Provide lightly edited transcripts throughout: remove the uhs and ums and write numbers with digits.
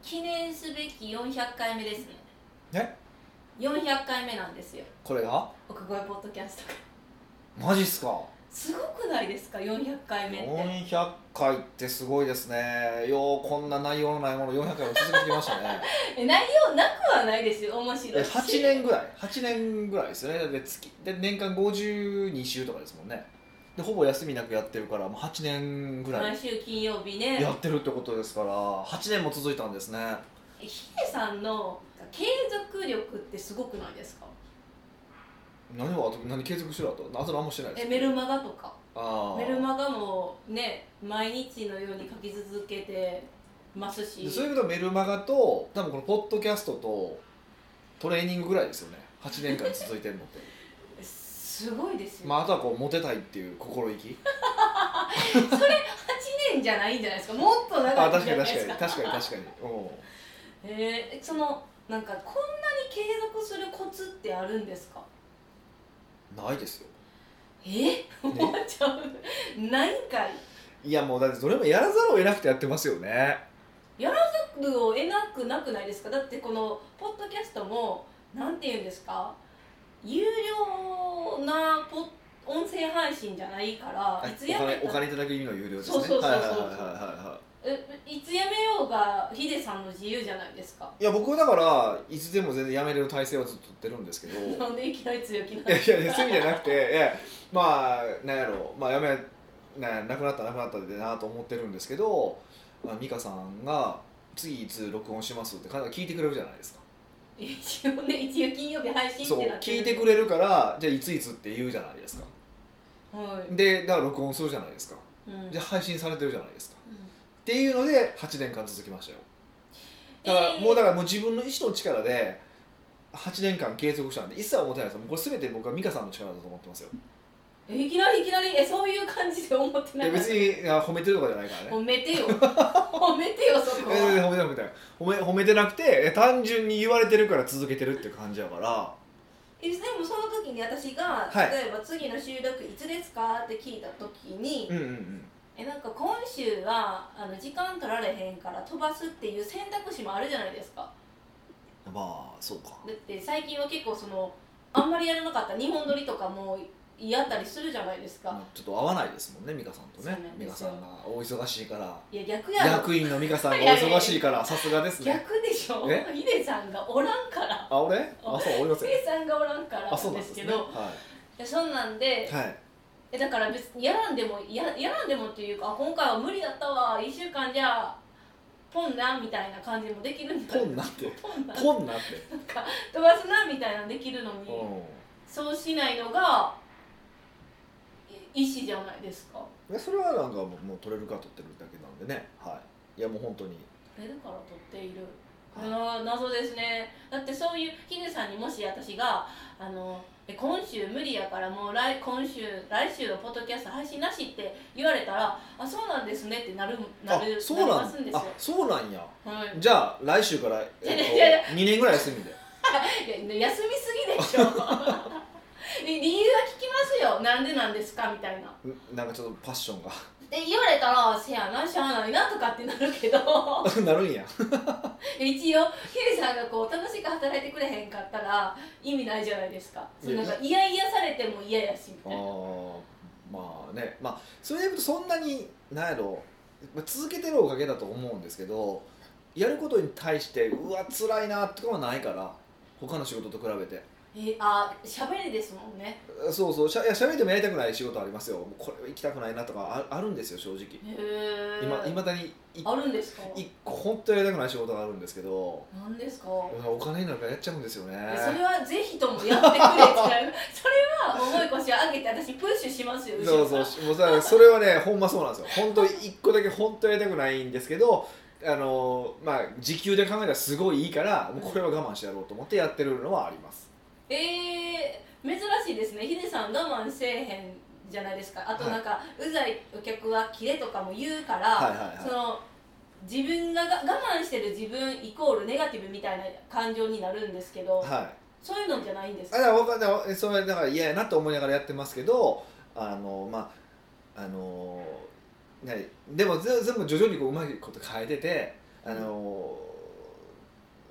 記念すべき400回目ですね。 ね、 400回目なんですよ、 これが奥越ポッドキャストが。 マジっすか。 すごくないですか、400回目って。 400回ってすごいですね。ようこんな内容のないもの400回も続けてきましたね内容なくはないですよ、面白いし。 8年ぐらいですよね。で年間52週とかですもんね。でほぼ休みなくやってるからもう8年ぐらい毎週金曜日ねやってるってことですから8年も続いたんですね。 ヒデさんの継続力ってすごくないですか。 何継続しろと。あと何もしてないです。 メルマガとか。メルガマガもね、毎日のように書き続けてますし。 そういうことはメルマガと多分このポッドキャストとトレーニングぐらいですよね。8年間続いてるのってすごいですよ、 あとはこうモテたいっていう心意気それ8年じゃないんじゃないですか。もっと長いんじゃないですか。 確かにそのなんかこんなに継続するコツってあるんですか。 ないですよ。 思っちゃう。ないんかい。 いやもうだってどれもやらざるを得なくてやってますよね。 やらざるを得なくないですか。だってこのポッドキャストもなんていうんですか、有料な音声配信じゃないからいつやめお金いただく意味の有料ですね。 そういつやめようがヒデさんの自由じゃないですか。 いや僕はだからいつでも全然やめれる体制はずっと取ってるんですけどなんでいきなり強気なんいやそういう意味じゃなくてまあなんやろう、まあやめなくなったでなと思ってるんですけど、美香さんが次いつ録音しますって必ず聞いてくれるじゃないですか。 一応金曜日配信そうってなって聞いてくれるからじゃあいついつって言うじゃないですか。でだから録音するじゃないですか、じゃあ配信されてるじゃないですか、っていうので8年間続きましたよ。だからもう自分の意思の力で8年間継続したんで一切思ってないですよ。もうこれ全て僕は美香さんの力だと思ってますよ。 いきなりそういう感じで思ってない。 別に褒めてるとかじゃないからね。 褒めてよ褒めてよそこは。 褒めてなくて単純に言われてるから続けてるっていう感じやから。 でもその時に私が、例えば次の収録いつですかって聞いた時に、なんか今週は時間取られへんから飛ばすっていう選択肢もあるじゃないですか。 まあそうか。 だって最近は結構あんまりやらなかった2本撮りとかもやったりするじゃないですか。 ちょっと合わないですもんね、美香さんとね。美香さんがお忙しいから。 いや逆やろ。 役員の美香さんがお忙しいからさすがですね。 逆でしょ。ヒデさんがおらんから。 俺？そうおりますよ。 ヒデさんがおらんからなんですけど。そんなんで。だから別にやらんでもっていうか、今回は無理だったわ、1週間じゃあポンなみたいな感じもできるんだよ。 ポンなってなんか飛ばすなみたいなのできるのに、そうしないのが意思じゃないですか。 それはなんかもう取れるから取ってるだけなんでね。いやもう本当に取れるから取っている。謎ですね。だってそういうヒデさんにもし私が今週無理やからもう来週のポッドキャスト配信なしって言われたら、そうなんですねってなりますんですよ。 そうなんや、じゃあ来週から2年ぐらい休みで休みすぎでしょ理由は聞きますよ。なんでなんですかみたいな。 なんかちょっとパッションがって言われたらせやなしゃあないなとかってなるけどなるんや一応ヒデさんが楽しく働いてくれへんかったら意味ないじゃないですか。なんかイヤイヤされても嫌やしみたいな。 まあね、それで言うとそんなに何やろ続けてるおかげだと思うんですけど、やることに対してうわ辛いなってことはないから、他の仕事と比べて。 喋りですもんね。 そうしゃべってもやりたくない仕事ありますよ。これは行きたくないなとかあるんですよ正直。いまだにあるんですか。 一個本当にやりたくない仕事があるんですけど。 何ですか。 お金になるからやっちゃうんですよね。 それはぜひともやってくれってそれは重い腰を上げて私プッシュしますよ。 そうそれはねほんまそうなんですよ。本当に一個だけ本当にやりたくないんですけど、時給で考えたらすごいいいからもうこれは我慢してやろうと思ってやってるのはあります。 珍しいですね。ヒデさん我慢せえへんじゃないですか。あとなんか、うざいお客はキレとかも言うから、自分が我慢してる自分イコールネガティブみたいな感情になるんですけど、そういうのじゃないんですか。 それだから嫌やなと思いながらやってますけど、でも全部徐々にうまいこと変えてて、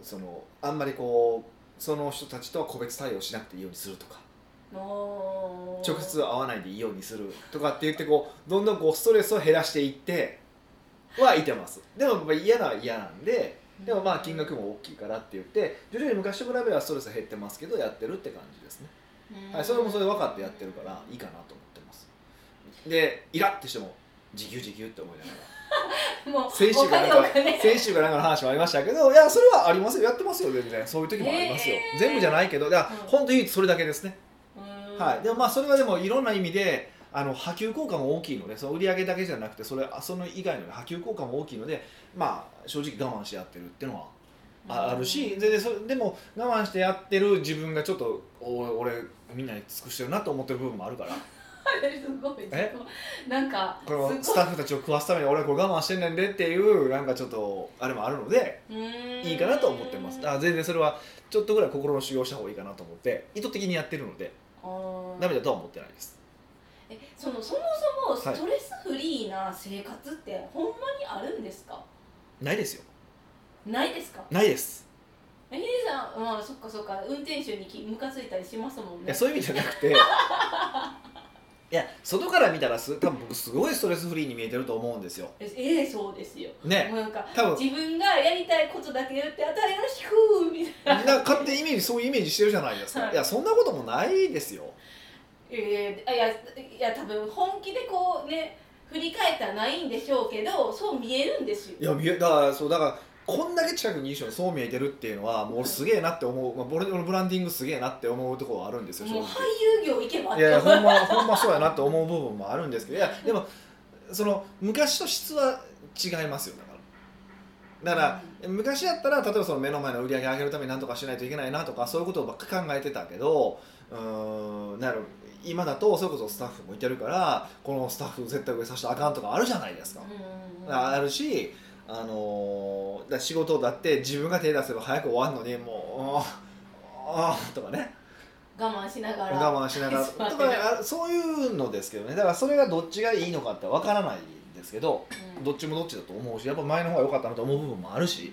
あんまりこうその人たちとは個別対応しなくていいようにするとか、直接会わないでいいようにするとかって言ってこうどんどんこうストレスを減らしていってはいてます。でも嫌なは嫌なんで、でもまあ金額も大きいからって言って徐々に昔と比べればストレス減ってますけどやってるって感じですね。はい、それもそれで分かってやってるからいいかなと思ってます。でイラッてしても時給って思いながらもう先週かなんかの話もありましたけど、いやそれはありますよ、やってますよ、全然そういう時もありますよ、全部じゃないけど、だから本当にそれだけですね。はい、でもまあそれはでもいろんな意味で波及効果も大きいので、その売り上げだけじゃなくてその以外の波及効果も大きいので、まあ正直我慢してやってるっていうのはあるし、でも我慢してやってる自分がちょっと俺みんなに尽くしてるなと思ってる部分もあるからすごいなんかこのスタッフたちを食わすために俺はこれ我慢してんねんでっていうなんかちょっとあれもあるのでいいかなと思ってます。だから全然それはちょっとぐらい心の修行した方がいいかなと思って意図的にやってるのでダメだとは思ってないです。 そもそもストレスフリーな生活ってほんまにあるんですか？ ないですよ。 ないですか？ ないです。 ヒデさん、まあそっか運転手にムカついたりしますもんね。 いやそういう意味じゃなくていや外から見たら多分僕すごいストレスフリーに見えてると思うんですよ。 そうですよ。 ね、 もうなんか多分自分がやりたいことだけ言って当たりよろしくみたいな。 勝手にそういうイメージしてるじゃないですか。はい、いやそんなこともないですよ。 いや多分本気でこうね振り返ったらないんでしょうけど、そう見えるんですよ。 いやだからこんだけ近くにいる人にそう見えてるっていうのはもうすげえなって思う、俺のブランディングすげえなって思うところはあるんですよ。 もう俳優業いけばって。 いやほんまそうやなって思う部分もあるんですけど、いやでもその昔と質は違いますよ。だから、昔やったら例えばその目の前の売り上げ上げるために何とかしないといけないなとかそういうことばっか考えてたけど、今だとそれこそスタッフもいてるからこのスタッフ絶対上させたらあかんとかあるじゃないですか。あるし仕事だって自分が手出せば早く終わるのにもうとかね我慢しながらとかそういうのですけどね。だからそれがどっちがいいのかってわからないんですけど、どっちもどっちだと思うしやっぱ前の方が良かったなと思う部分もあるし。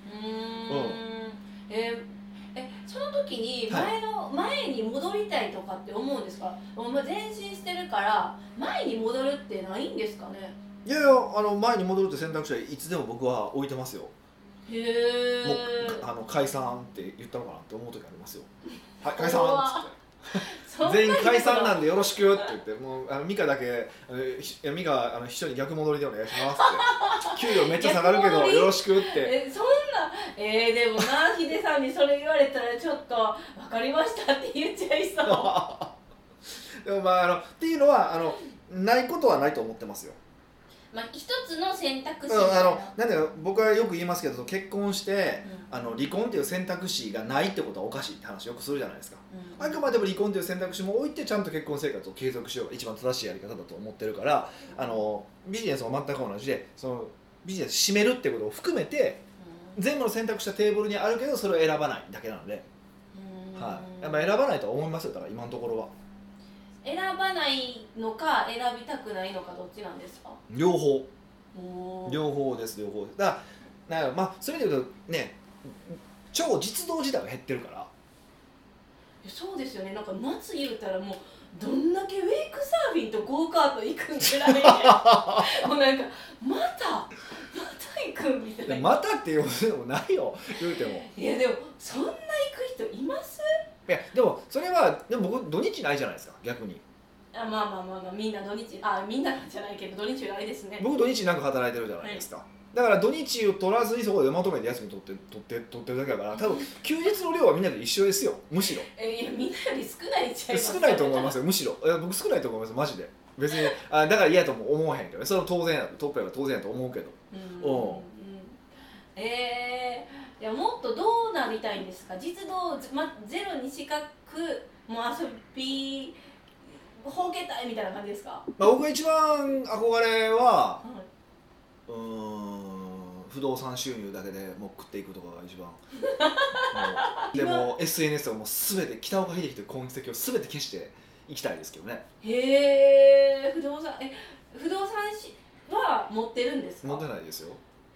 その時に前に戻りたいとかって思うんですか？前進してるから前に戻るってないんですかね？ いや前に戻るって選択肢はいつでも僕は置いてますよ。 へえ。 もう解散って言ったのかなって思う時ありますよ。はい、解散っつって全員解散なんでよろしくって言ってもうミカだけミカ秘書に逆戻りでお願いしますって給料めっちゃ下がるけどよろしくってそんなでもなヒデさんにそれ言われたらちょっと分かりましたって言っちゃいそうでもっていうのはないことはないと思ってますよ。 一つの選択肢なんで僕はよく言いますけど結婚して、離婚っていう選択肢がないってことはおかしいって話よくするじゃないですか。あくまでも離婚っていう選択肢も置いてちゃんと結婚生活を継続しようが一番正しいやり方だと思ってるからビジネスも全く同じでそのビジネス締めるってことを含めて全部の選択肢はテーブルにあるけどそれを選ばないだけなので、やっぱ選ばないとは思いますよ。だから今のところは選ばないのか選びたくないのかどっちなんですか？ 両方です。だからそういう意味で言うとね超実動自体が減ってるから。 そうですよね。なんか夏言うたらもうどんだけウェイクサーフィンとゴーカート行くんぐらいもうなんかまた行くみたいな。 またっていうのもないよ言うても。 いやでもそんな行く人います？ いやでもそれはでも僕土日ないじゃないですか逆に。 まあみんな土日みんなじゃないけど土日はあれですね。 僕土日なんか働いてるじゃないですか。だから土日を取らずにそこでまとめて休み取ってるだけだから多分休日の量はみんなで一緒ですよむしろ。 いやみんなより少ないんちゃいますか？ 少ないと思いますよむしろ。僕少ないと思いますマジで。別にだから嫌とも思わへんけどそれは当然やトップやから当然やと思うけど。 いやもっとどうなりたいんですか？実動、ゼロに近くもう遊びほうけたいみたいな感じですか？ 僕が一番憧れは、不動産収入だけでもう食っていくとかが一番でも SNS はもう全て北岡秀樹という痕跡を全て消していきたいですけどね。 へえ。不動産は持ってるんですか？ 持ってないですよ。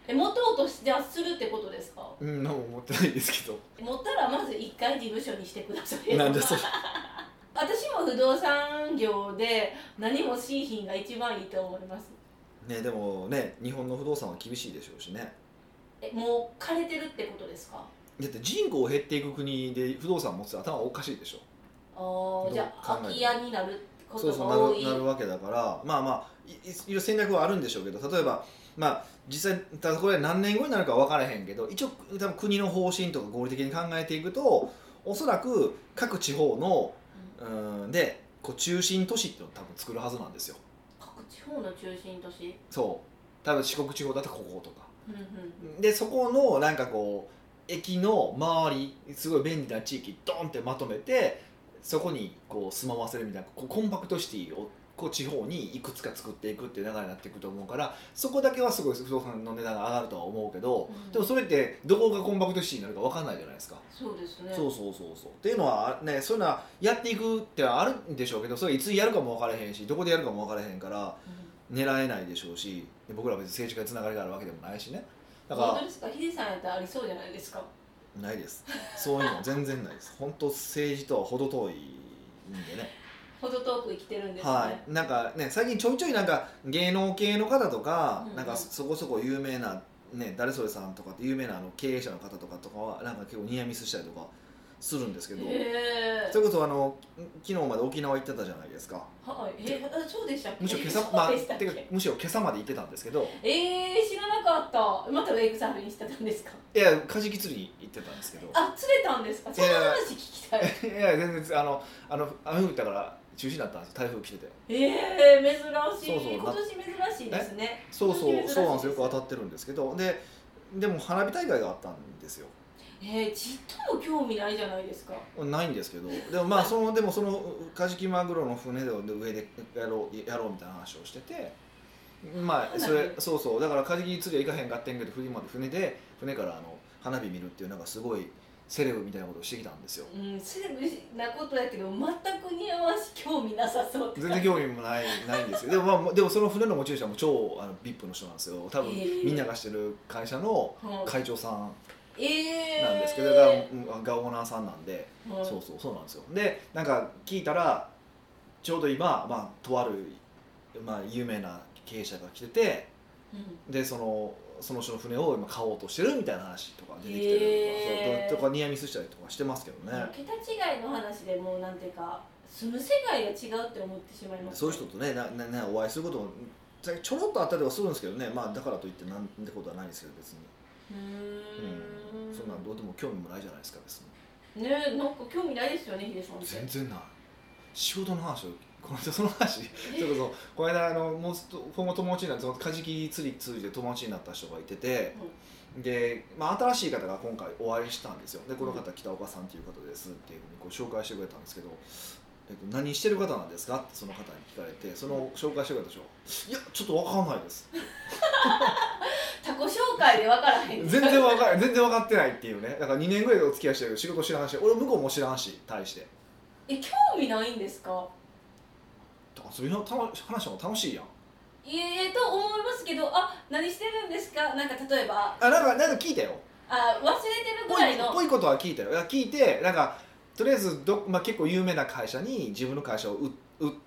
持とうとじゃあするってことですか？ 何も持ってないですけど。 持ったらまず一回事務所にしてください。 なんでそれ私も不動産業で何もしいひんが一番いいと思いますね。でもね、日本の不動産は厳しいでしょうしね。 もう枯れてるってことですか？ だって人口減っていく国で不動産持つと頭おかしいでしょ。 じゃあ空き家になることがそう多い。 なるわけだから、まあまあいろいろ戦略はあるんでしょうけど、例えばまあ実際ただこれ何年後になるか分からへんけど、一応多分国の方針とか合理的に考えていくと、おそらく各地方のでこう中心都市っていうのを多分作るはずなんですよ。 各地方の中心都市。 そう多分四国地方だとこことか、 うんうん、 でそこのなんかこう駅の周りすごい便利な地域ドンってまとめて、そこにこう住まわせるみたいなこうコンパクトシティをこう地方にいくつか作っていくっていう流れになっていくと思うから、そこだけはすごい不動産の値段が上がるとは思うけど、でもそれってどこがコンパクトシティになるか分かんないじゃないですか。 そうですね。 そうっていうのはね、そういうのはやっていくってのはあるんでしょうけど、それいつやるかも分からへんし、どこでやるかも分からへんから、狙えないでしょうし、僕らは別に政治家につながりがあるわけでもないしね。だから本当ですか？ヒデさんやったらありそうじゃないですか？ ないです。そういうの全然ないです。本当政治とは程遠いんでね。 程遠く生きてるんですね。 はい。なんかね、最近ちょいちょいなんか芸能系の方とか、 うんうん、 なんかそこそこ有名なね、誰それさんとかって有名な経営者の方とかはなんか結構ニアミスしたりとかするんですけど、それこそ昨日まで沖縄行ってたじゃないですか。 はい。そうでしたっけ？ むしろ今朝、むしろ今朝まで行ってたんですけど。 知らなかった。またウェイクサーフィンしてたんですか？ いや、カジキ釣りに行ってたんですけど。 釣れたんですか？そんな話聞きたい。 いや全然雨降ったから中止になったんですよ。台風来てて。 珍しい。今年珍しいですね。 そうなんですよ。よく当たってるんですけど、でも花火大会があったんですよ。 ちっとも興味ないじゃないですか。 ないんですけど、でもまあそのカジキマグロの船で上でやろうみたいな話をしてて、まあそれそうだからカジキ釣りは行かへんかってんけど、船から花火見るっていうなんかすごいセレブみたいなことをしてきたんですよ。 セレブなことやけど全く似合わし興味なさそうって。 全然興味もないんですよ。でもその船の持ち主はもう超VIP の人なんですよ。多分みんながしてる会社の会長さんなんですけど、がオーナーさんなんで、そうなんですよ。でなんか聞いたらちょうど今、とある、有名な経営者が来てて、でその人の船を今買おうとしてるみたいな話とか出てきてるとかニアミスしたりとかしてますけどね。 桁違いの話でもうなんていうか住む世界が違うって思ってしまいます、 そういう人とねお会いすることもちょろっとあったりはするんですけどね、だからといってなんてことはないですけど別に。そんなんどうでも興味もないじゃないですか別に。なんか興味ないですよね、ヒデさんって。 全然ない。仕事の話をその話それこそこの間もう今後友達になってカジキ釣り通じて友達になった人がいてて、で、新しい方が今回お会いしたんですよ。でこの方北岡さんっていう方ですっていうふうに紹介してくれたんですけど、何してる方なんですかってその方に聞かれて、その紹介してくれた人は「いやちょっと分かんないです」 タコ紹介で分からへん。 全然分かってないっていうね。だから2年ぐらいでお付き合いしてるけど仕事知らんし、俺向こうも知らんし対して。 興味ないんですか？ そういう話も楽しいやん。 と思いますけど、何してるんですか？なんか例えばなんか聞いたよ。 忘れてるぐらいのぽいことは聞いたよ。聞いてなんかとりあえず結構有名な会社に自分の会社を売って、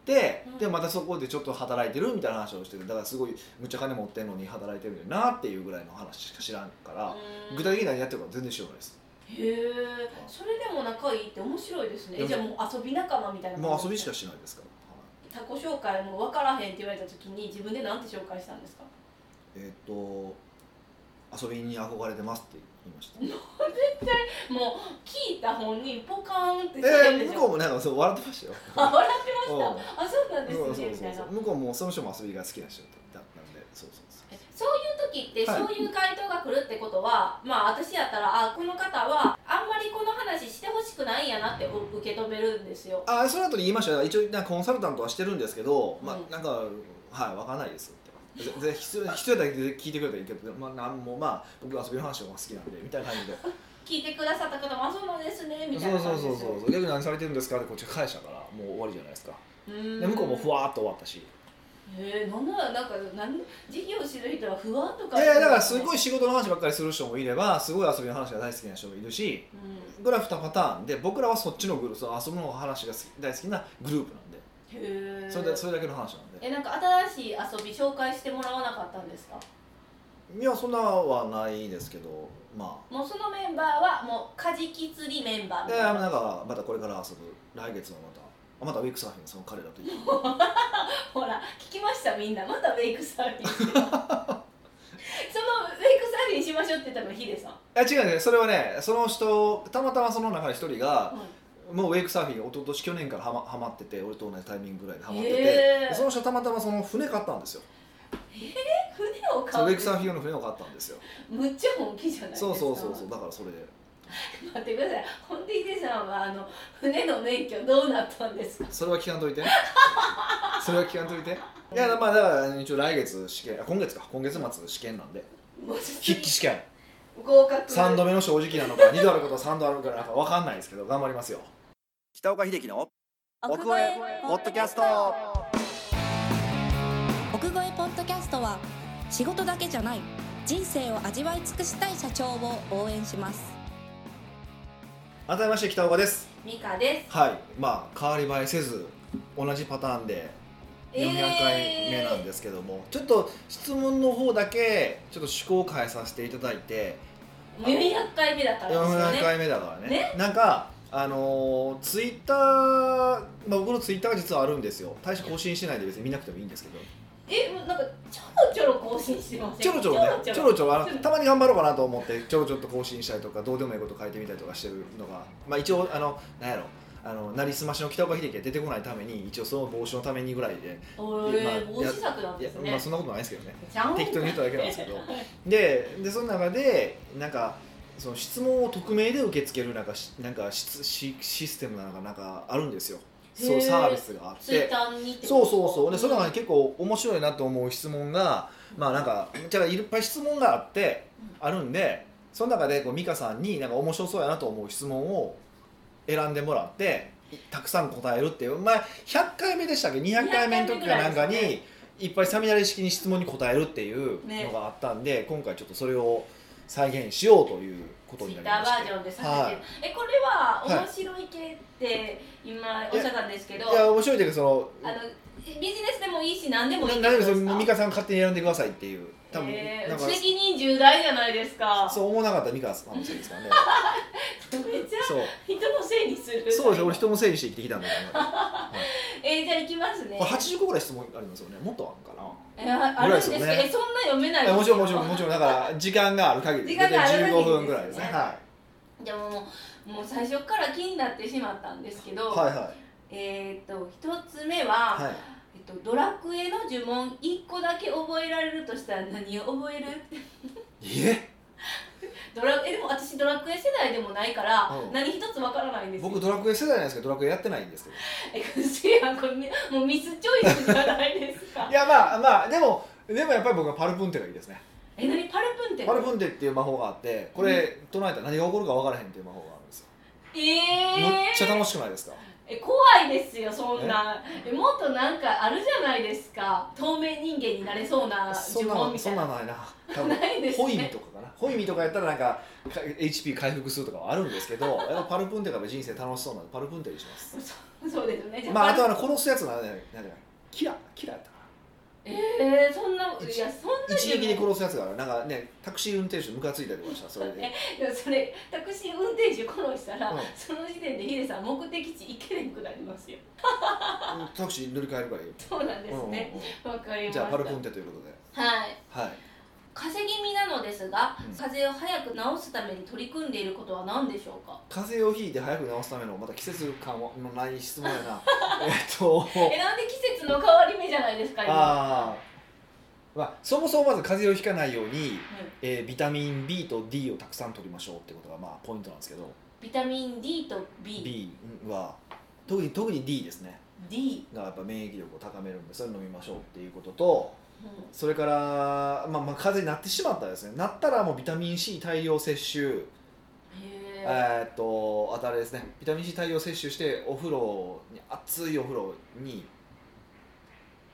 でまたそこでちょっと働いてるみたいな話をしてる。だからすごいむっちゃ金持ってんのに働いてるよなっていうぐらいの話しか知らんから、具体的に何やってるか全然知らないです。 それでも仲いいって面白いですね。じゃあもう遊び仲間みたいな。 もう遊びしかしないですから。 タコ紹介も分からへんって言われた時に自分で何て紹介したんですか？ 遊びに憧れてますって言いました。 絶対もう聞いた本人ポカーンってしてるんでしょ。 向こうもなんかそう笑ってましたよ。 笑ってました。そうなんですねみたいな。 向こうもその人も遊びが好きな人だったんで、そういう時ってそういう回答が来るってことは、私やったらこの方はあんまりこの話してほしくないんやなって受け止めるんですよ。 その後に言いましたよ。一応コンサルタントはしてるんですけど、なんか分からないですって。必要だけで聞いてくれたらいいけど、なんも僕は遊びの話が好きなんでみたいな感じで聞いてくださった方もそうなんですねみたいな感じで。 逆に何されてるんですかってこっち返したからもう終わりじゃないですか。で向こうもふわーっと終わったし。 なん事業してる人は不安とか、 だからすごい仕事の話ばっかりする人もいればすごい遊びの話が大好きな人もいるし、これは2パターンで、僕らはそっちのグループ、遊ぶの話が大好きなグループなんで、それだけの話なんで。 なんか新しい遊び紹介してもらわなかったんですか？ いや、そんなはないですけど、もうそのメンバーはもうカジキ釣りメンバーみたいな。 なんかまたこれから遊ぶ、来月はまたウェイクサーフィン、その彼らとほら聞きました、みんなまたウェイクサーフィンそのウェイクサーフィンしましょうって言ったのヒデさん？ 違うね、それはね、その人たまたまその中で一人が、もうウェイクサーフィン一昨年去年からハマってて、俺と同じタイミングぐらいでハマってて、その人たまたまその船買ったんですよ。 船を買う？ ウェイクサーフィン用の船を買ったんですよ。 むっちゃ本気じゃないですか。 そうだからそれで待ってください、ほんでヒデさんは船の免許どうなったんですか？ それは聞かんといてそれは聞かんといて。いや、だから一応来月試験、今月末試験なんで、筆記試験合格、 3度目の正直なのか2度あることは3度あるのかなんか分かんないですけど、頑張りますよ。北岡秀樹の奥越えポッドキャスト。 奥越えポッドキャストは仕事だけじゃない人生を味わい尽くしたい社長を応援します。 改めまして北岡です。 ミカです。 はい、変わり映えせず同じパターンで400回目なんですけども、ちょっと質問の方だけちょっと趣向を変えさせていただいて、 400回目だからですよね。 400回目だからね。なんかツイッター、僕のツイッターが実はあるんですよ。大して更新してないんで別に見なくてもいいんですけど、 なんかちょろちょろ更新してません？ ちょろちょろたまに頑張ろうかなと思ってちょろちょろと更新したりとか、どうでもいいこと書いてみたりとかしてるのが、一応なんやろ、なりすましの北岡秀樹が出てこないために、一応その防止のためにぐらいで、 防止策なんですね。 そんなことないですけどね、適当に言っただけなんですけどでその中でなんかその質問を匿名で受け付けるなんかシステムなんかあるんですよ。そういうサービスがあって、 ツイッターにそうで、それが結構面白いなと思う質問が、なんかじゃあいっぱい質問があってあるんで、その中で美香さんになんか面白そうやなと思う質問を選んでもらってたくさん答えるっていう、100回目でしたっけ、200回目の時かなんかにいっぱいセミナー式に質問に答えるっていうのがあったんで、今回ちょっとそれを再現しようということになりまして、 ツイッターバージョンでさせて、これは面白い系って今おっしゃったんですけど、 いや面白いというか、そのビジネスでもいいし何でもいいってことですか？ 美香さん勝手に選んでくださいっていう、多分責任重大じゃないですか。 そう思わなかったら美香さんのせいですからねめっちゃ人のせいにする。 そうです、俺人のせいにして生きてきたんだから、 じゃあいきますね。 これ80個ぐらい質問ありますよね。もっとあるかな。 あるんですけど、そんな読めないですよ。 もちろんだから時間がある限り、大体15分ぐらいですね。 でももう最初から気になってしまったんですけど、一つ目は、ドラクエの呪文1個だけ覚えられるとしたら何を覚える？でも私ドラクエ世代でもないから、何一つわからないんですよ。 僕ドラクエ世代なんですけど、ドラクエやってないんですけど。これもうミスチョイスじゃないですか。 いやでもやっぱり僕はパルプンテがいいですね。 何パルプンテ？ パルプンテっていう魔法があって、これ唱えたら何が起こるか分からへんっていう魔法があるんですよ。めっちゃ楽しくないですか？ 怖いですよ、そんな。もっとなんかあるじゃないですか、透明人間になれそうな呪文みたいな。 そんなのないな。多分ホイミとかかな。ホイミとかやったらなんか HP 回復するとかはあるんですけど、やっぱパルプンテが人生楽しそうなのでパルプンテにします。 そうですね。 あと殺すやつなんでキラやったかな。 そんな一撃で殺すやつがある。なんかね、タクシー運転手ムカついたりとかした。それでそれタクシー運転手殺したら、その時点でヒデさん目的地行けなくなりますよ。 タクシー乗り換えるからいいよ。 そうなんですね。わかりました。 じゃあパルプンテということで。 はい。風邪気味なのですが、風邪を早く治すために取り組んでいることは何でしょうか？風邪をひいて早く治すためのまた季節感のない質問やな。なんで季節の変わり目じゃないですか今。 そもそもまず風邪をひかないように、ビタミン B と D をたくさん取りましょうってことがポイントなんですけど、 ビタミン D と B は特に D ですね。 D がやっぱ免疫力を高めるんで、それ飲みましょうっていうことと、それから風邪になってしまったらですね、なったらもうビタミン C 大量摂取、あとあれですね、ビタミン C 大量摂取して、お風呂に熱いお風呂に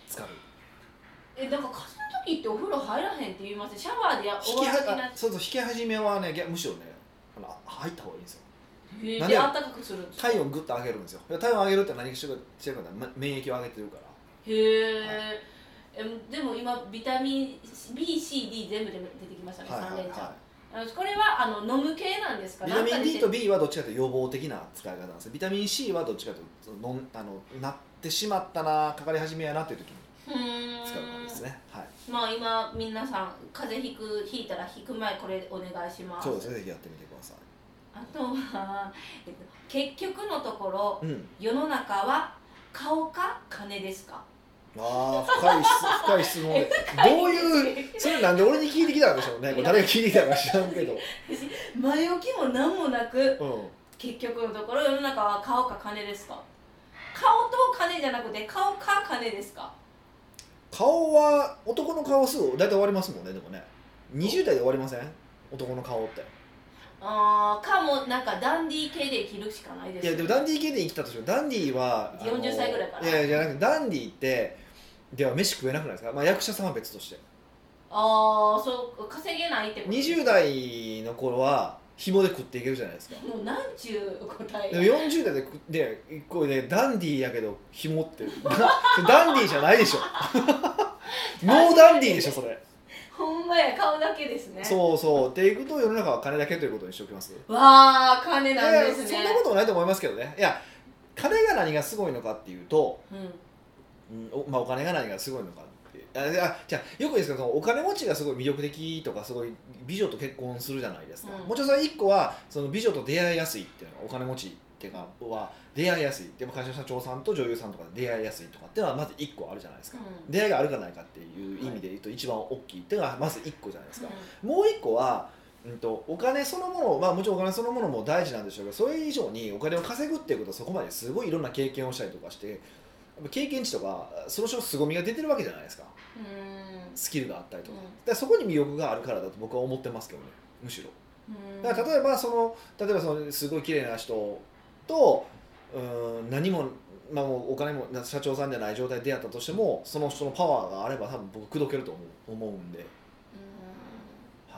浸かる。 だから風の時ってお風呂入らへんって言います。シャワーで終わりな。 そうそう、引き始めはね、むしろね、入った方がいいんですよ。 で、あったかくするんですか。 体温グッと上げるんですよ。体温上げるって何してるかって免疫を上げてるから。 へえ。でも今ビタミン B、C、D 全部で出てきましたね、3連チャン。これは飲む系なんですか？ ビタミン D と B はどっちかというと予防的な使い方なんですよ。ビタミン C はどっちかというとなってしまったな、かかり始めやなっていう時に使う感じですね。はい。 まあ今皆さん風邪ひいたら引く前これお願いします。 そうですね、ぜひやってみてください。 あとは、結局のところ、世の中は顔か金ですか？ ああ、深い質問でどういうそれなんで俺に聞いてきたんでしょうね。これ誰が聞いてきたか知らんけど前置きも何もなく、結局のところ世の中は顔か金ですか？顔と金じゃなくて顔か金ですか？ 顔は男の顔すぐ大体終わりますもんね。でもね20代で終わりません？男の顔って。 かもなんかダンディー系で生きるしかないですよね。 いやでもダンディー系で生きたとしてもダンディーは 40歳ぐらいから。 いやじゃなくてダンディーってでは飯食えなくないですか？まあ役者さんは別として。 そう稼げないってことですか？ 20代の頃は紐で食っていけるじゃないですか。 もうなんちゅう答え。 でも40代でこれねダンディーやけど紐ってダンディーじゃないでしょノーダンディーでしょそれ。 ほんまや、顔だけですね。 そうそうっていくと世の中は金だけということにしておきます。 わあ、金なんですね。 そんなこともないと思いますけどね。いや金が何がすごいのかっていうと、まあお金が何がすごいのかってじゃあよくですけどお金持ちがすごい魅力的とかすごい美女と結婚するじゃないですか。もちろんそれ1個はその美女と出会いやすいっていうのがお金持ちっていうかは出会いやすい。でも会社社長さんと女優さんとかで出会いやすいとかっていうのはまず1個あるじゃないですか。出会いがあるかないかっていう意味で言うと一番大きいっていうのがまず1個じゃないですか。もう1個はお金そのもの、まあもちろんお金そのものも大事なんでしょうけど、それ以上にお金を稼ぐっていうことはそこまですごいいろんな経験をしたりとかして経験値とかその人の凄みが出てるわけじゃないですか。スキルがあったりとか、だからそこに魅力があるからだと僕は思ってますけどね、むしろ。だから例えばそのすごい綺麗な人と何も、まあ、もうお金も社長さんじゃない状態で出会ったとしてもその人のパワーがあれば多分僕口説けると思うんで、はい、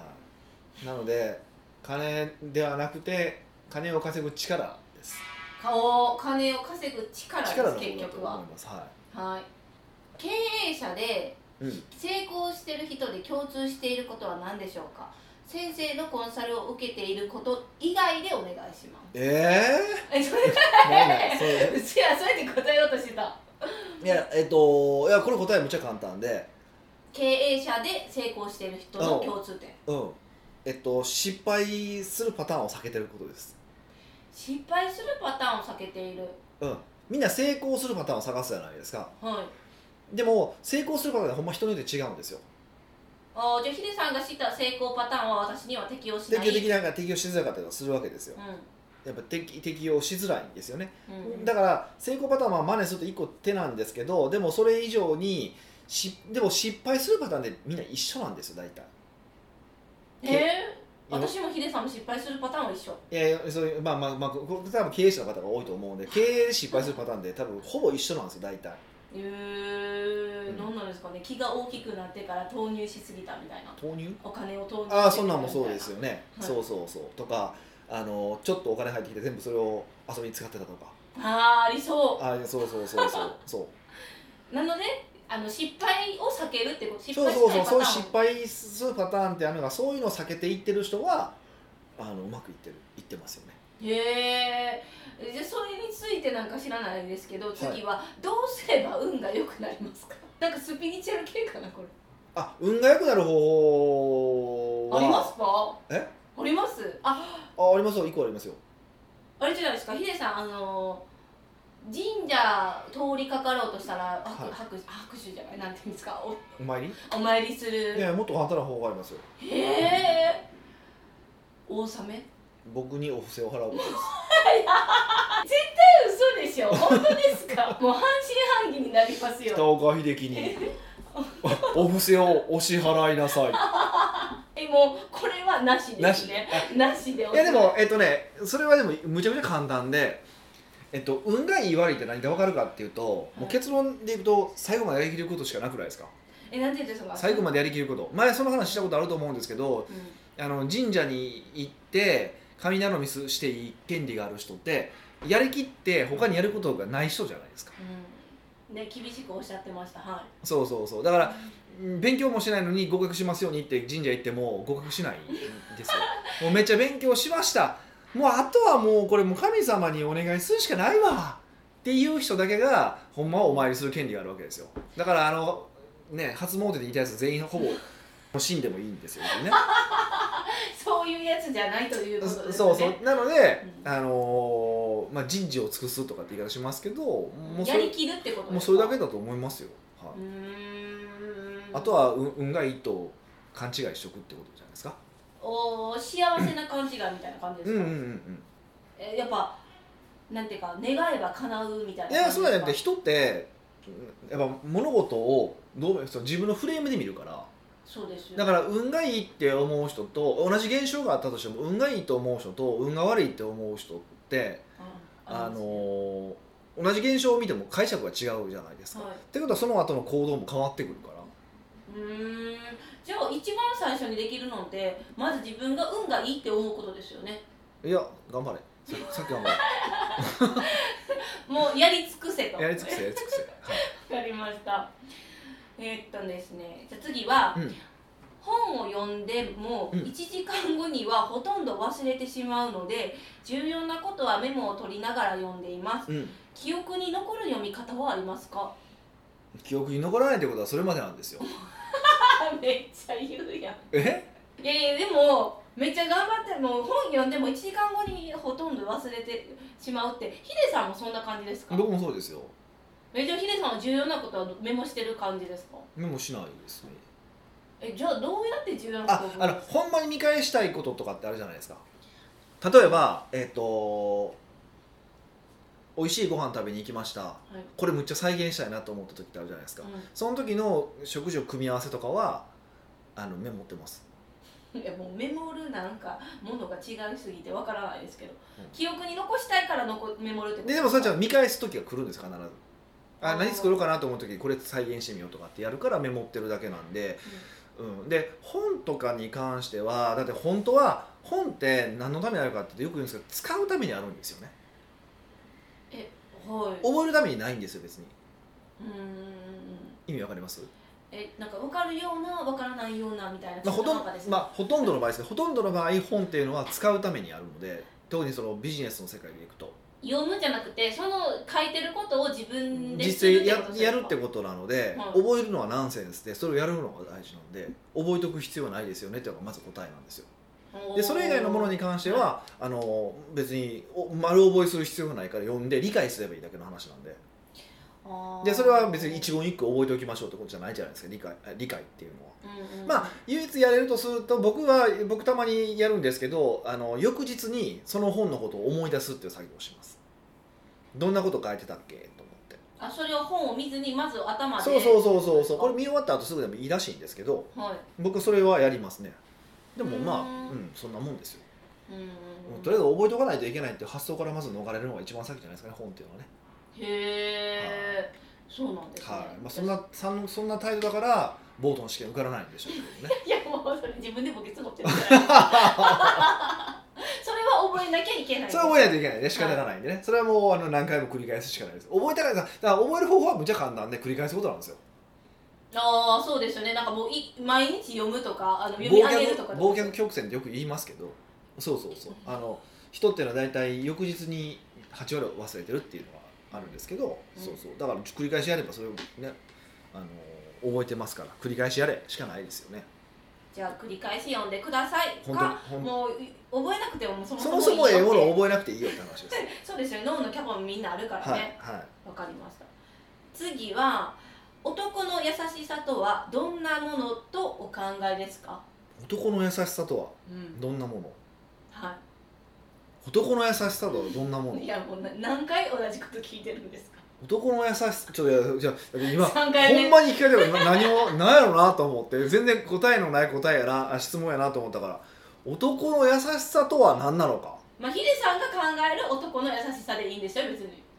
なので金ではなくて金を稼ぐ力です。 金を稼ぐ力です。結局は、はい、経営者で成功している人で共通していることは何でしょうか？先生のコンサルを受けていること以外でお願いします。それうちはそうやって答えようとしてた。 いやこれ答えむっちゃ簡単で、 経営者で成功している人の共通点。 失敗するパターンを避けてることです。 失敗するパターンを避けている。 みんな成功するパターンを探すじゃないですか。でも成功するパターンはほんま人によって違うんですよ。 じゃあヒデさんが知った成功パターンは私には適用しない。 適用しづらかったりはするわけですよ。やっぱ適用しづらいんですよね。だから成功パターンは真似すると1個手なんですけど、でもそれ以上にでも失敗するパターンでみんな一緒なんですよ大体。 私もヒデさんも失敗するパターンは一緒。 そういうまあこれ多分経営者の方が多いと思うんで、経営で失敗するパターンで多分ほぼ一緒なんですよ大体。 何なんですかね。気が大きくなってから投入しすぎたみたいな。 投入？ お金を投入。 そんなんもそうですよね。そうとかちょっとお金入ってきて全部それを遊びに使ってたとか。 ありそう。 そうなので失敗を避けるってこと。 そういう失敗するパターンってあるのが、そういうのを避けていってる人はうまくいってますよね。 じゃあそれについてなんか知らないですけど、次はどうすれば運が良くなりますか？なんかスピリチュアル系かなこれ。 運が良くなる方法はありますか？あります。 ありますよ。1個ありますよ。 あれじゃないですか、ヒデさん神社通りかかろうとしたら拍手じゃない、なんていうんですか、お参りする。 いやもっと簡単な方法がありますよ。 お納め？ 僕にお布施を払うことです。 絶対嘘でしょ。本当ですか？もう半信半疑になりますよ。 北岡秀樹にお布施をお支払いなさい。 もうこれはなしですね。なしで。 いやでもそれはでもむちゃくちゃ簡単で、 運がいい悪いって何で分かるかっていうと、もう結論でいくと最後までやりきることしかなくないですか。 なんて言うんですか。 最後までやりきること。前その話したことあると思うんですけど、神社に行って神頼みしていい権利がある人ってやりきって他にやることがない人じゃないですか。 ね、厳しくおっしゃってました。はい。 そうだから、勉強もしないのに合格しますようにって神社行っても合格しないんですよ。もうめっちゃ勉強しました。もうあとはもうこれもう神様にお願いするしかないわっていう人だけがほんまはお参りする権利があるわけですよ。だから初詣でいたやつ全員ほぼ死んでもいいんですよね。 そういうやつじゃないということですね。 そうなので、人事を尽くすとかって言い方しますけど、もうやりきるってことですか。 もうそれだけだと思いますよ。あとは運がいいと勘違いしとくってことじゃないですか。 幸せな勘違いみたいな感じですか。やっぱなんていうか願えば叶うみたいな感じですか。いやそうやねん。人ってやっぱ物事を自分のフレームで見るから。 そうですよ。 だから運がいいって思う人と同じ現象があったとしても運がいいと思う人と運が悪いって思う人って同じ現象を見ても解釈が違うじゃないですか。ってことはその後の行動も変わってくるから。 じゃあ一番最初にできるのってまず自分が運がいいって思うことですよね。 いや頑張れ。さっき頑張れ。もうやり尽くせと。 やり尽くせ。 わかりました。ですね、じゃあ次は、本を読んでも1時間後にはほとんど忘れてしまうので重要なことはメモを取りながら読んでいます。記憶に残る読み方はありますか。 記憶に残らないってことはそれまでなんですよ。 めっちゃ言うやん。 いやでもめっちゃ頑張っても本読んでも1時間後にほとんど忘れてしまうってヒデさんもそんな感じですか。 僕もそうですよ。 じゃあヒデさんは重要なことはメモしてる感じですか。 メモしないですね。 じゃあどうやって重要なことをほんまに見返したいこととかってあるじゃないですか。例えば美味しいご飯食べに行きました、これむっちゃ再現したいなと思った時ってあるじゃないですか、その時の食事を組み合わせとかはメモってます。 いやもうメモるなんかものが違いすぎてわからないですけど、記憶に残したいからメモるってことでもそれじゃ見返す時が来るんです必ず。何作ろうかなと思う時にこれ再現してみようとかってやるからメモってるだけなんで、で本とかに関してはだって本当は本って何のためにあるかってよく言うんですけど使うためにあるんですよね。覚えるためにないんですよ別に。意味わかります？ なんか分かるような分からないようなみたいな。 ほとんどの場合ですけどほとんどの場合本っていうのは使うためにあるので、特にそのビジネスの世界でいくと読むんじゃなくてその書いてることを自分で実際やるってことなので、覚えるのはナンセンスでそれをやるのが大事なんで覚えておく必要はないですよねっていうのがまず答えなんですよ。でそれ以外のものに関しては別に丸覚えする必要がないから読んで理解すればいいだけの話なんで。でそれは別に一言一句覚えておきましょうってことじゃないじゃないですか理解っていうのは。唯一やれるとすると僕たまにやるんですけど翌日にその本のことを思い出すっていう作業をします。どんなこと書いてたっけと思って。 それを本を見ずにまず頭で。 そうこれ見終わった後すぐでもいいらしいんですけど、僕それはやりますね。でもそんなもんですよ。とりあえず覚えておかないといけないっていう発想からまず逃れるのが一番先じゃないですかね本っていうのはね。 そうなんですね。そんな態度だからボートの試験受からないんでしょうけどね。 いやもうそれ自分でボケツ持ってるじゃないですか。それは覚えなきゃいけない。 それは覚えないといけないね。仕方がないんでね。それはもう何回も繰り返すしかないです。覚えたらだから覚える方法はむちゃ簡単で繰り返すことなんですよ。 そうですよね。なんかもう毎日読むとか読み上げるとか。 忘却曲線ってよく言いますけど、そう人っていうのは大体翌日に8割忘れてるっていうのはあるんですけど、だから繰り返しやればそれをね覚えてますから繰り返しやれしかないですよね。 じゃあ繰り返し読んでくださいかもう覚えなくてもそもそも英語の覚えなくていいよって話です。 そうですよね。脳のキャパもみんなあるからね。わかりました。次は男の優しさとはどんなものとお考えですか。 男の優しさとはどんなもの、男の優しさとはどんなもの。 いやもう何回同じこと聞いてるんですか。 男の優しさじゃ今ほんまに聞かれて何やろうなと思って全然答えのない答えやな質問やなと思ったから男の優しさとは何なのか。 ヒデさんが考える男の優しさでいいんですよ別に。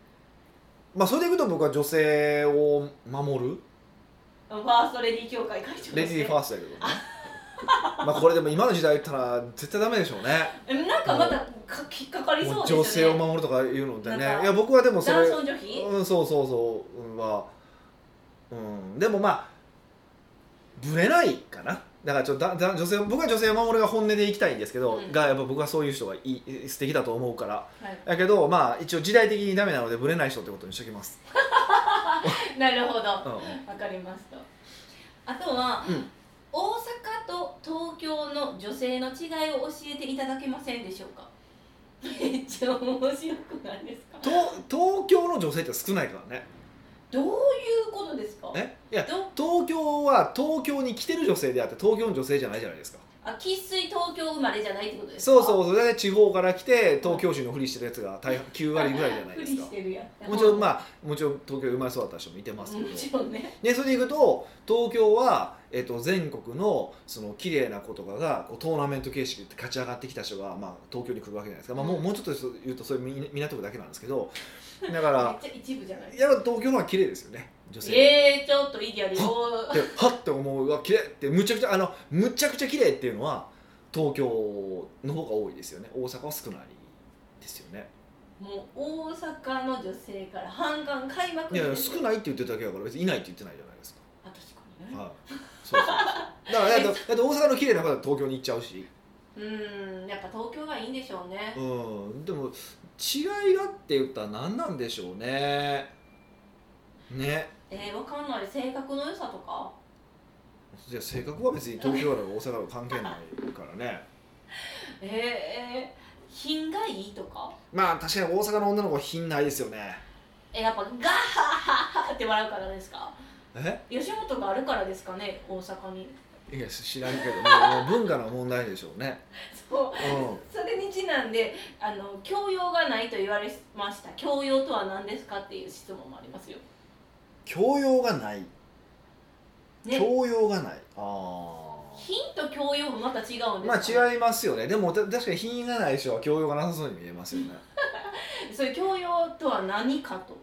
まあそれでいくと僕は女性を守るファーストレディー協会会長ですね。 レディーファーストだけどねまあこれでも今の時代言ったら絶対ダメでしょうね。 なんかまた引っかかりそうですよね。 女性を守るとかいうのってね。いや僕はでもそれ男尊女卑、 そうそうそうは、でもまあぶれないかな。だからちょっと女性僕は女性を守るが本音でいきたいんですけど、やっぱ僕はそういう人が素敵だと思うから、はい、だけどまあ一応時代的にダメなのでぶれない人ってことにしておきますなるほど、わかりました。あとは、大阪と東京の女性の違いを教えていただけませんでしょうか。めっちゃ面白くないですか。 東京の女性って少ないからね。 どういうことですか。 いや東京は東京に来てる女性であって東京の女性じゃないじゃないですか。 生粋東京生まれじゃないってことですか。そうそれで地方から来て東京人のふりしてるやつが9割ぐらいじゃないですか。もちろんもちろん東京生まれ育った人もいてますけど、 もちろんね。 でそれでいくと東京は、全国のその綺麗な子とかがこうトーナメント形式で勝ち上がってきた人が、東京に来るわけじゃないですか。もうちょっと言うとそれ港区だけなんですけど、だからめっちゃ一部じゃないですか。いや東京の方が綺麗ですよね。女性ちょっといいやりはって思うわ綺麗ってむちゃくちゃ綺麗っていうのは東京の方が多いですよね。大阪は少ないですよね。 もう大阪の女性から反感買いまくり。いや少ないって言ってるだけだから別にいないって言ってないじゃないですか。 確かにね。 そうだって大阪の綺麗な方は東京に行っちゃうし。 やっぱ東京がいいんでしょうね。 でも違いがって言ったら何なんでしょうね。 わかんない。性格の良さとか。 いや性格は別に東京だろ大阪だろ関係ないからね品がいいとか。 まあ確かに大阪の女の子は品ないですよね。 やっぱガッハッハッハって笑うからですか。吉本があるからですかね大阪に。 いや知らんけどもう文化の問題でしょうねそう、それにちなんで教養がないと言われました。教養とは何ですかっていう質問もありますよ。 教養がない、教養がない。 品と教養もまた違うんですか。 まあ違いますよね。でも確かに品がない人は教養がなさそうに見えますよねそういう教養とは何かと。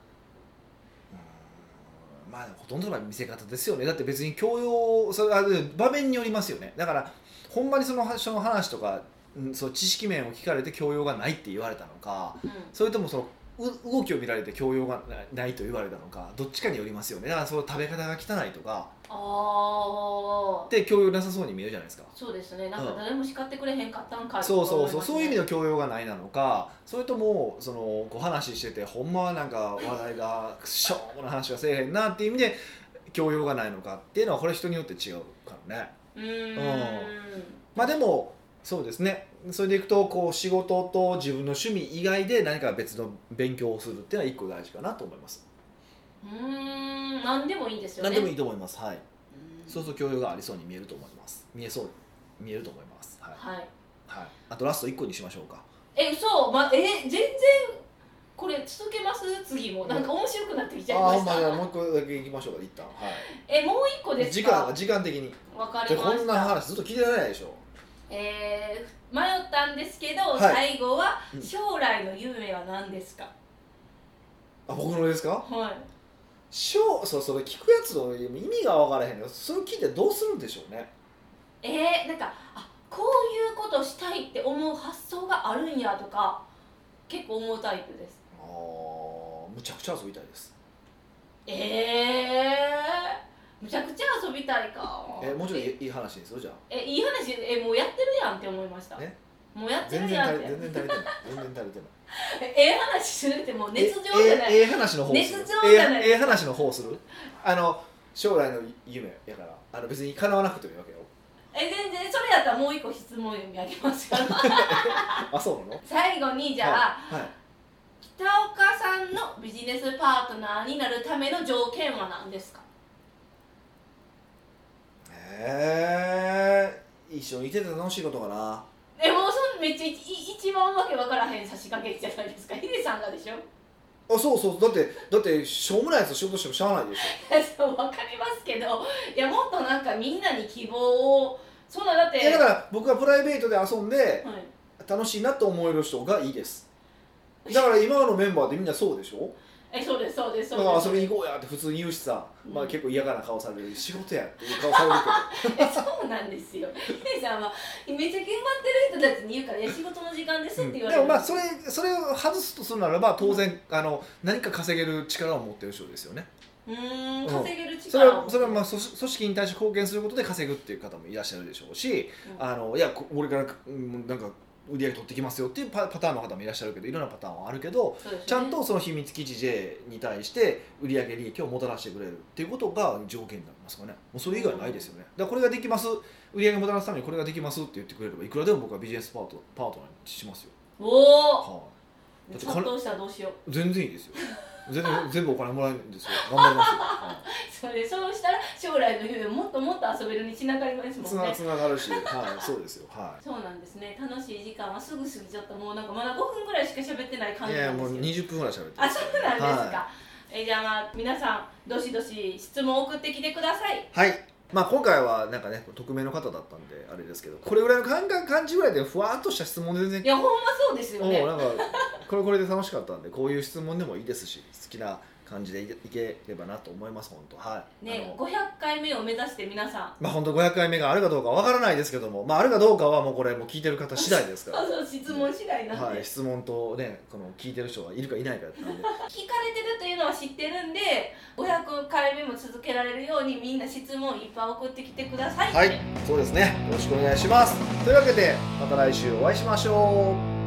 まあほとんどの見せ方ですよね。だって別に教養場面によりますよね。だからほんまにその話とかその知識面を聞かれて教養がないって言われたのか、それともその動きを見られて教養がないと言われたのか、どっちかによりますよね。だからその食べ方が汚いとかで教養なさそうに見えるじゃないですか。 そうですね。なんか誰も叱ってくれへんかったんか、 そういう意味の教養がないなのか、それともそのこう話しててほんまはなんか話題がしょうもない話はせえへんなっていう意味で教養がないのかっていうのはこれ人によって違うからね。まあでもそうですね。それでいくとこう仕事と自分の趣味以外で何か別の勉強をするっていうのは一個大事かなと思います。 何でもいいんですよね。 何でもいいと思います。はい。そうすると教養がありそうに見えると思います。見えると思います。はい。あとラスト1個にしましょうか。 そう、全然これ続けます。次もなんか面白くなってきちゃいました。 もう1個だけいきましょうか一旦。はい。 もう1個ですか。 時間的に。 わかりました。 こんな話ずっと聞いてられないでしょ。 迷ったんですけど、最後は将来の夢は何ですか。 僕のですか。 はい。 それ聞くやつの意味が分からへんの。それを聞いてどうするんでしょうね。 なんかこういうことしたいって思う発想があるんやとか結構思うタイプです。 むちゃくちゃ遊びたいです。 むちゃくちゃ遊びたいか。 もうちょっといい話ですよ。じゃあいい話。もうやってるやんって思いました。もうやってるやんって。全然足りてない話するってもう熱情じゃない。 話の方する。 熱情じゃない。 話の方する。将来の夢やから別に叶わなくてもいいわけよ。 全然それやったらもう一個質問読み上げますからそうなの。 最後にじゃあ、北岡さんのビジネスパートナーになるための条件は何ですか。 一緒にいてて楽しいことかな。 もうめっちゃ一番わけわからへん差し掛けじゃないですか。ヒデさんがでしょ。 そうだってしょうもないやつ仕事してもしゃあないでしょ。そうわかりますけど、いやもっとなんかみんなに希望をそんなだって。 だから僕はプライベートで遊んで楽しいなと思える人がいいです。だから今のメンバーでみんなそうでしょ。 そうですそうですだから遊びに行こうやって普通に言うしさ、まあ結構嫌がな顔される、仕事やっていう顔されるけどそうなんですよ。ヒデさんはめっちゃ頑張ってる人たちに言うから、いや仕事の時間ですって言われる、 でもまあそれを外すとするならば当然何か稼げる力を持ってる人ですよね。 稼げる力をそれはまあ組織に対して貢献することで稼ぐっていう方もいらっしゃるでしょうし、いや俺からなんか売り上げ取ってきますよっていうパターンの方もいらっしゃるけど、いろんなパターンはあるけど、ね、ちゃんとその秘密基地 J に対して売上利益をもたらしてくれるっていうことが条件になりますかね。もうそれ以外ないですよね。だからこれができます、売上をもたらすためにこれができますって言ってくれればいくらでも僕はビジネスパートナーにしますよ。 おお、 はあ、ちゃんとしたらどうしよう。 全然いいですよ。全部お金もらえるんですよ。頑張りますよ。 そうしたら将来の夢をもっともっと遊べるにつながりますもんね。 つながるし、そうですよ。 そうなんですね。楽しい時間はすぐ過ぎちゃった。もうなんかまだ5分ぐらいしか喋ってない感じなんですけど。 いやもう20分ぐらい喋ってます。そうなんですか。じゃあまあ皆さんどしどし質問を送ってきてください。 はい。まあ今回はなんかね匿名の方だったんであれですけど、これぐらいの感じぐらいでふわっとした質問で全然、 いやほんまそうですよね。 なんかこれで楽しかったんで、こういう質問でもいいですし、好きな感じでいければなと思います。本当はいね、500回目を目指して皆さん、 まあ本当500回目があるかどうかわからないですけども、まああるかどうかはもうこれもう聞いてる方次第ですからそう質問次第なんで、 はい、質問とねこの聞いてる人がいるかいないかってなんで聞かれてるというのは知ってるんで、500回目も続けられるようにみんな質問いっぱい送ってきてください。 はい、そうですね、よろしくお願いします。というわけでまた来週お会いしましょう。